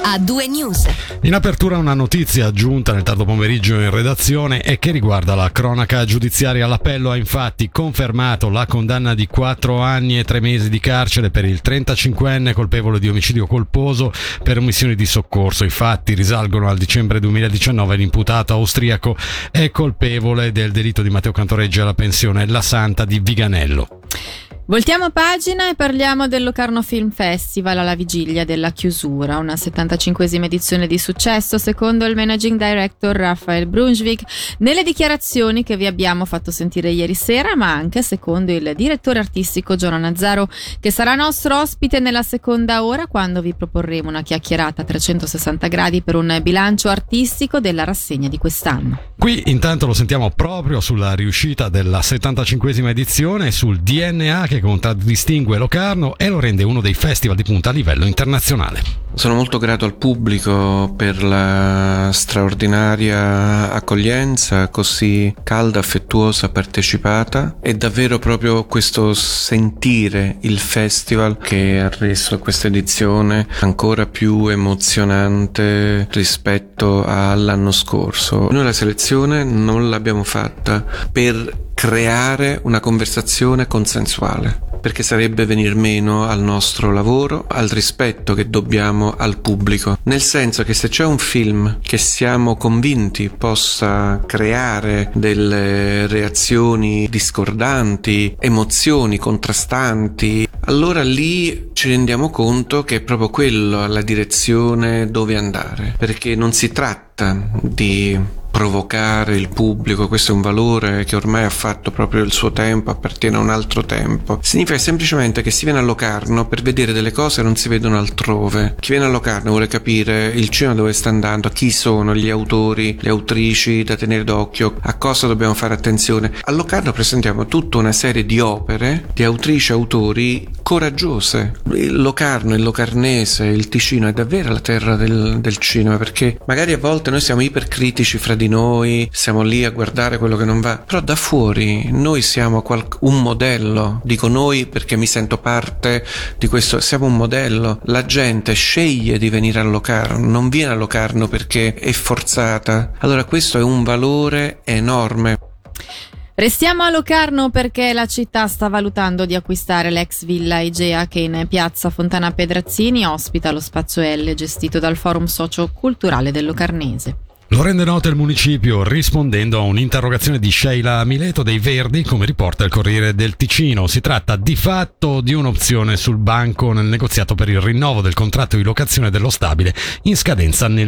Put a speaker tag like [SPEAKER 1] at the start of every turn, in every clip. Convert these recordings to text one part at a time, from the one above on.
[SPEAKER 1] A2 News.
[SPEAKER 2] In apertura una notizia aggiunta nel tardo pomeriggio in redazione e che riguarda la cronaca giudiziaria. L'appello ha infatti confermato la condanna di 4 anni e 3 mesi di carcere per il 35enne colpevole di omicidio colposo per omissioni di soccorso. I fatti risalgono al dicembre 2019. L'imputato austriaco è colpevole del delitto di Matteo Cantoreggi alla pensione La Santa di Viganello.
[SPEAKER 3] Voltiamo pagina e parliamo del Locarno Film Festival alla vigilia della chiusura, una 75esima edizione di successo secondo il managing director Raphael Brunswick nelle dichiarazioni che vi abbiamo fatto sentire ieri sera, ma anche secondo il direttore artistico Giorgio Nazzaro, che sarà nostro ospite nella seconda ora quando vi proporremo una chiacchierata a 360 gradi per un bilancio artistico della rassegna di quest'anno.
[SPEAKER 2] Qui intanto lo sentiamo proprio sulla riuscita della 75esima edizione e sul DNA che contraddistingue Locarno e lo rende uno dei festival di punta a livello internazionale.
[SPEAKER 4] Sono molto grato al pubblico per la straordinaria accoglienza, così calda, affettuosa, partecipata. È davvero proprio questo sentire il festival che ha reso questa edizione ancora più emozionante rispetto all'anno scorso. Noi la selezione non l'abbiamo fatta per creare una conversazione consensuale, perché sarebbe venir meno al nostro lavoro, al rispetto che dobbiamo al pubblico, nel senso che se c'è un film che siamo convinti possa creare delle reazioni discordanti, emozioni contrastanti, allora lì ci rendiamo conto che è proprio quello la direzione dove andare, perché non si tratta di provocare il pubblico, questo è un valore che ormai ha fatto proprio il suo tempo, appartiene a un altro tempo. Significa semplicemente che si viene a Locarno per vedere delle cose che non si vedono altrove. Chi viene a Locarno vuole capire il cinema dove sta andando, chi sono gli autori, le autrici da tenere d'occhio, a cosa dobbiamo fare attenzione. A Locarno presentiamo tutta una serie di opere di autrici e autori coraggiose. Il Locarno, il locarnese, il Ticino è davvero la terra del cinema, perché magari a volte noi siamo ipercritici fra di noi, siamo lì a guardare quello che non va, però da fuori noi siamo un modello. Dico noi perché mi sento parte di questo, siamo un modello. La gente sceglie di venire a Locarno, non viene a Locarno perché è forzata. Allora questo è un valore enorme.
[SPEAKER 3] Restiamo a Locarno perché la città sta valutando di acquistare l'ex villa Igea che in piazza Fontana Pedrazzini ospita lo spazio L gestito dal Forum Socio-Culturale del Locarnese.
[SPEAKER 2] Lo rende noto il municipio rispondendo a un'interrogazione di Sheila Mileto dei Verdi, come riporta il Corriere del Ticino. Si tratta di fatto di un'opzione sul banco nel negoziato per il rinnovo del contratto di locazione dello stabile in scadenza nel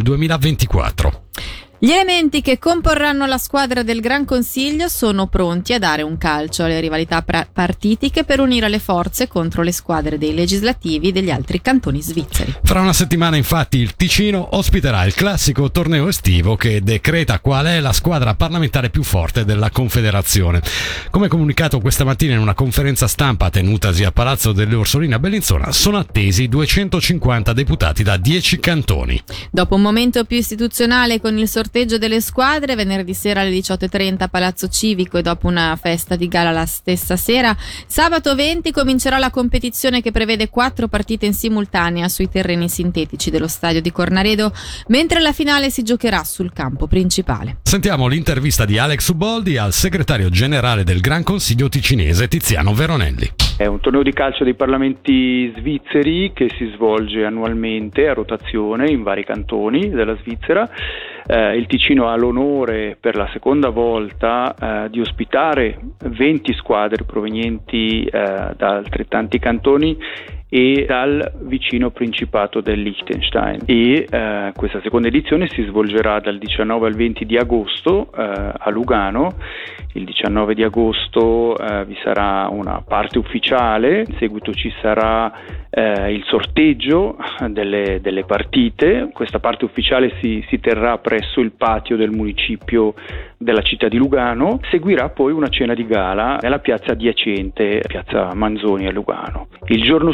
[SPEAKER 2] 2024.
[SPEAKER 3] Gli elementi che comporranno la squadra del Gran Consiglio sono pronti a dare un calcio alle rivalità partitiche per unire le forze contro le squadre dei legislativi degli altri cantoni svizzeri.
[SPEAKER 2] Fra una settimana infatti il Ticino ospiterà il classico torneo estivo che decreta qual è la squadra parlamentare più forte della Confederazione. Come comunicato questa mattina in una conferenza stampa tenutasi a Palazzo delle Orsoline a Bellinzona, sono attesi 250 deputati da 10 cantoni.
[SPEAKER 3] Dopo un momento più istituzionale con il sorteggio delle squadre, venerdì sera alle 18:30 a Palazzo Civico e dopo una festa di gala la stessa sera, sabato 20 comincerà la competizione che prevede 4 partite in simultanea sui terreni sintetici dello stadio di Cornaredo, mentre la finale si giocherà sul campo principale.
[SPEAKER 2] Sentiamo l'intervista di Alex Uboldi al segretario generale del Gran Consiglio ticinese Tiziano Veronelli.
[SPEAKER 5] È un torneo di calcio dei parlamenti svizzeri che si svolge annualmente a rotazione in vari cantoni della Svizzera. Il Ticino ha l'onore per la seconda volta di ospitare 20 squadre provenienti da altrettanti cantoni e dal vicino Principato del Liechtenstein, e questa seconda edizione si svolgerà dal 19 al 20 di agosto a Lugano. Il 19 di agosto vi sarà una parte ufficiale, in seguito ci sarà il sorteggio delle partite. Questa parte ufficiale si terrà presso il patio del municipio della città di Lugano. Seguirà poi una cena di gala nella piazza adiacente, piazza Manzoni a Lugano. Il giorno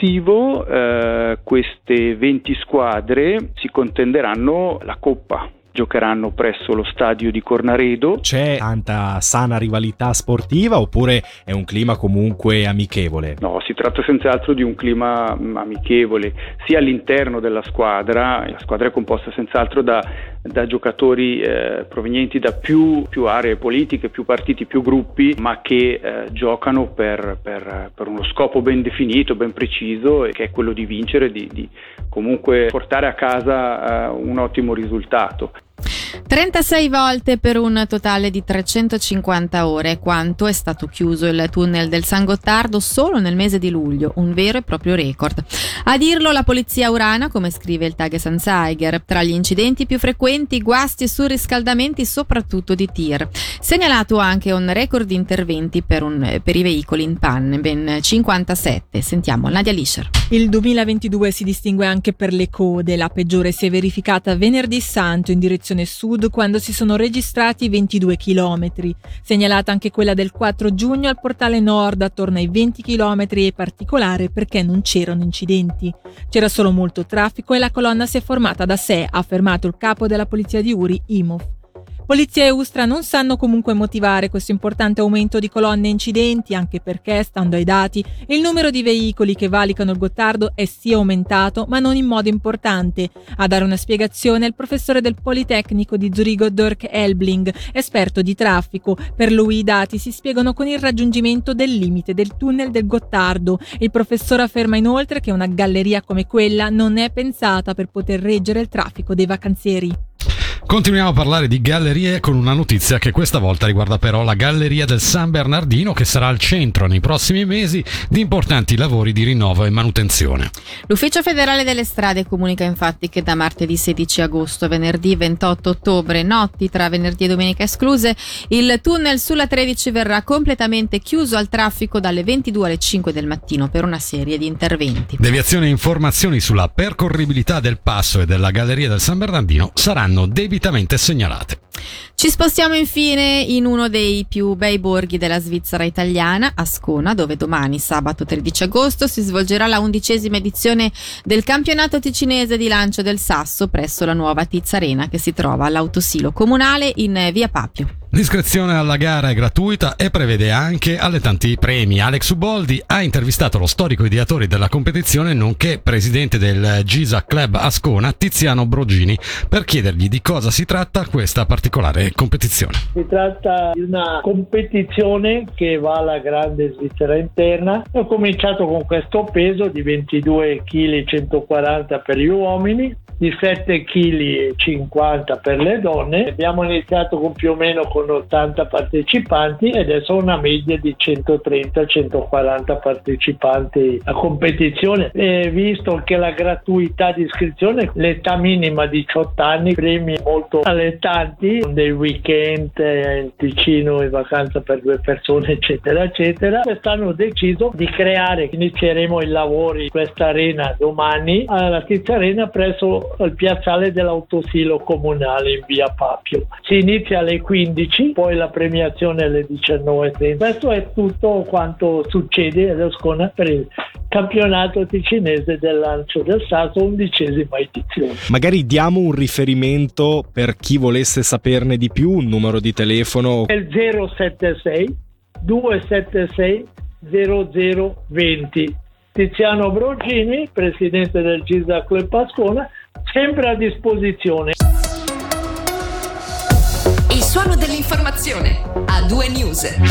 [SPEAKER 5] successivo queste 20 squadre si contenderanno la coppa giocheranno presso lo stadio di Cornaredo.
[SPEAKER 1] C'è tanta sana rivalità sportiva oppure è un clima comunque amichevole?
[SPEAKER 5] No, si tratta senz'altro di un clima amichevole, sia all'interno della squadra. La squadra è composta senz'altro da giocatori provenienti da più aree politiche, più partiti, più gruppi, ma che giocano per uno scopo ben definito, ben preciso, e che è quello di vincere, di comunque portare a casa un ottimo risultato.
[SPEAKER 3] 36 volte per un totale di 350 ore, quanto è stato chiuso il tunnel del San Gottardo solo nel mese di luglio, un vero e proprio record. A dirlo la polizia aurana, come scrive il Tages-Anzeiger, tra gli incidenti più frequenti, guasti e surriscaldamenti soprattutto di tir. Segnalato anche un record di interventi per i veicoli in panne, ben 57. Sentiamo Nadia Lischer.
[SPEAKER 6] Il 2022 si distingue anche per le code, la peggiore si è verificata venerdì santo in direzione sud quando si sono registrati 22 chilometri. Segnalata anche quella del 4 giugno al portale nord attorno ai 20 chilometri, e particolare perché non c'erano incidenti. C'era solo molto traffico e la colonna si è formata da sé, ha affermato il capo della polizia di Uri, Imhoff. Polizia e Ustra non sanno comunque motivare questo importante aumento di colonne e incidenti, anche perché, stando ai dati, il numero di veicoli che valicano il Gottardo è sì aumentato, ma non in modo importante. A dare una spiegazione è il professore del Politecnico di Zurigo Dirk Elbling, esperto di traffico. Per lui i dati si spiegano con il raggiungimento del limite del tunnel del Gottardo. Il professore afferma inoltre che una galleria come quella non è pensata per poter reggere il traffico dei vacanzieri.
[SPEAKER 2] Continuiamo a parlare di gallerie con una notizia che questa volta riguarda però la Galleria del San Bernardino, che sarà al centro nei prossimi mesi di importanti lavori di rinnovo e manutenzione.
[SPEAKER 3] L'Ufficio Federale delle Strade comunica infatti che da martedì 16 agosto a venerdì 28 ottobre, notti tra venerdì e domenica escluse, il tunnel sulla 13 verrà completamente chiuso al traffico dalle 22 alle 5 del mattino per una serie di interventi.
[SPEAKER 2] Deviazioni e informazioni sulla percorribilità del passo e della Galleria del San Bernardino saranno debitamente segnalate.
[SPEAKER 3] Ci spostiamo infine in uno dei più bei borghi della Svizzera italiana, Ascona, dove domani, sabato 13 agosto, si svolgerà la 11ª edizione del campionato ticinese di lancio del sasso presso la nuova Tiz Arena, che si trova all'autosilo comunale in via Papio.
[SPEAKER 2] L'iscrizione alla gara è gratuita e prevede anche alletanti premi. Alex Uboldi ha intervistato lo storico ideatore della competizione, nonché presidente del Gisa Club Ascona, Tiziano Brogini, per chiedergli di cosa si tratta questa particolare competizione.
[SPEAKER 7] Si tratta di una competizione che va alla grande Svizzera interna. Ho cominciato con questo peso di 22 kg 140 per gli uomini, di 7 kg 50 per le donne. Abbiamo iniziato con più o meno con 80 partecipanti e adesso una media di 130-140 partecipanti a competizione. E visto che la gratuità di iscrizione, l'età minima 18 anni, premi molto allettanti, dei weekend in Ticino in vacanza per 2 persone eccetera eccetera. Quest'anno ho deciso di creare, inizieremo i lavori in questa arena domani alla Tiz Arena presso il piazzale dell'autosilo comunale in via Papio. Si inizia alle 15, poi la premiazione alle 19:30. Questo è tutto quanto succede ad Ascona per il campionato ticinese del lancio del sasso, 11ª edizione.
[SPEAKER 1] Magari diamo un riferimento per chi volesse saperne di più, un numero di telefono.
[SPEAKER 7] È il 076 276 0020. Tiziano Brogini, presidente del Gisa Club Ascona, sempre a disposizione.
[SPEAKER 8] Il suono dell'informazione a 2 News.